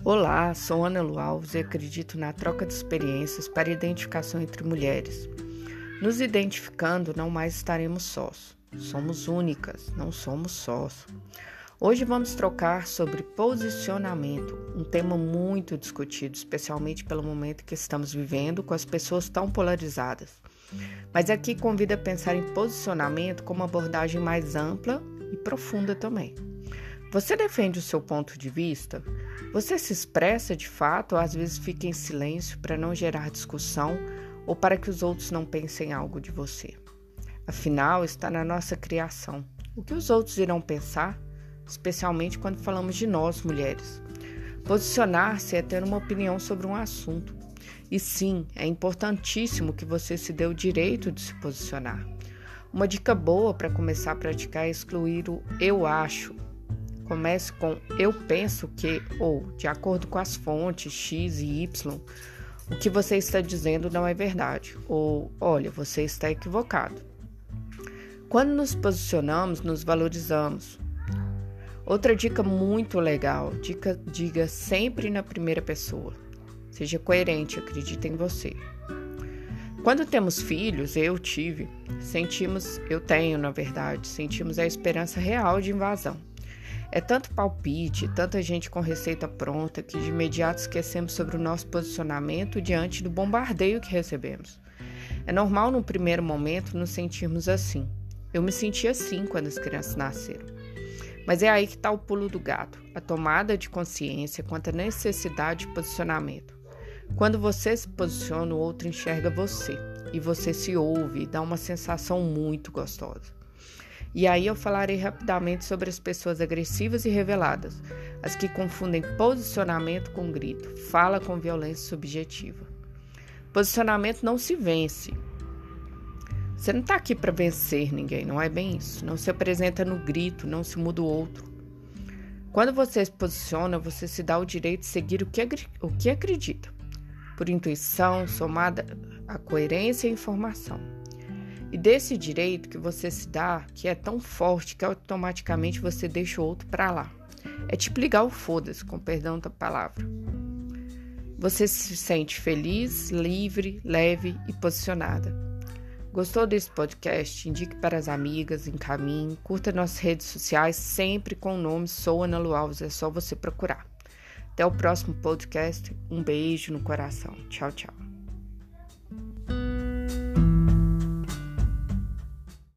Olá, sou Ana Lu Alves e acredito na troca de experiências para identificação entre mulheres. Nos identificando, não mais estaremos sós. Somos únicas, não somos sós. Hoje vamos trocar sobre posicionamento, um tema muito discutido, especialmente pelo momento que estamos vivendo com as pessoas tão polarizadas. Mas aqui convido a pensar em posicionamento como uma abordagem mais ampla e profunda também. Você defende o seu ponto de vista? Você se expressa de fato ou às vezes fica em silêncio para não gerar discussão ou para que os outros não pensem algo de você? Afinal, está na nossa criação. O que os outros irão pensar, especialmente quando falamos de nós, mulheres? Posicionar-se é ter uma opinião sobre um assunto. E sim, é importantíssimo que você se dê o direito de se posicionar. Uma dica boa para começar a praticar é excluir o eu acho. Comece com eu penso que, ou de acordo com as fontes X e Y, o que você está dizendo não é verdade, ou olha, você está equivocado. Quando nos posicionamos, nos valorizamos. Outra dica muito legal, diga sempre na primeira pessoa. Seja coerente, acredite em você. Quando temos filhos, eu tenho na verdade, sentimos a esperança real de invasão. É tanto palpite, tanta gente com receita pronta que de imediato esquecemos sobre o nosso posicionamento diante do bombardeio que recebemos. É normal no primeiro momento nos sentirmos assim. Eu me senti assim quando as crianças nasceram. Mas é aí que está o pulo do gato, a tomada de consciência quanto à necessidade de posicionamento. Quando você se posiciona, o outro enxerga você e você se ouve e dá uma sensação muito gostosa. E aí eu falarei rapidamente sobre as pessoas agressivas e reveladas, as que confundem posicionamento com grito, fala com violência subjetiva. Posicionamento não se vence. Você não está aqui para vencer ninguém, não é bem isso. Não se apresenta no grito, não se muda o outro. Quando você se posiciona, você se dá o direito de seguir o que acredita, por intuição, somada à coerência e informação. E desse direito que você se dá, que é tão forte que automaticamente você deixa o outro para lá. É tipo ligar o foda-se, com perdão da palavra. Você se sente feliz, livre, leve e posicionada. Gostou desse podcast? Indique para as amigas, encaminhe, curta nossas redes sociais, sempre com o nome Sou Ana Lu Alves, é só você procurar. Até o próximo podcast, um beijo no coração. Tchau, tchau.